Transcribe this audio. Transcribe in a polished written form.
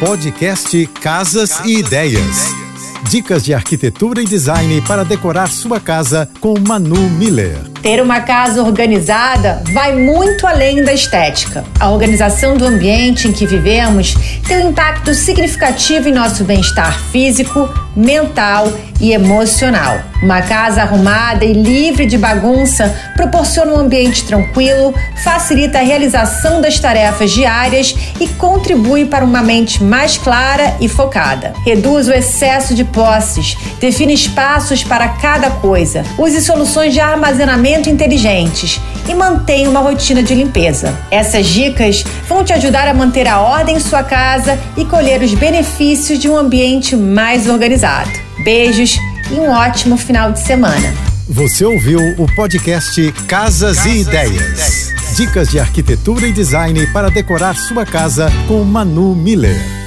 Podcast Casas e Ideias. Dicas de arquitetura e design para decorar sua casa com Manu Miller. Ter uma casa organizada vai muito além da estética. A organização do ambiente em que vivemos tem um impacto significativo em nosso bem-estar físico, mental e emocional. Uma casa arrumada e livre de bagunça proporciona um ambiente tranquilo, facilita a realização das tarefas diárias e contribui para uma mente mais clara e focada. Reduz o excesso de posses, define espaços para cada coisa, use soluções de armazenamento inteligentes e mantenha uma rotina de limpeza. Essas dicas vão te ajudar a manter a ordem em sua casa e colher os benefícios de um ambiente mais organizado. Beijos e um ótimo final de semana. Você ouviu o podcast Casas e Ideias. Dicas de arquitetura e design para decorar sua casa com Manu Miller.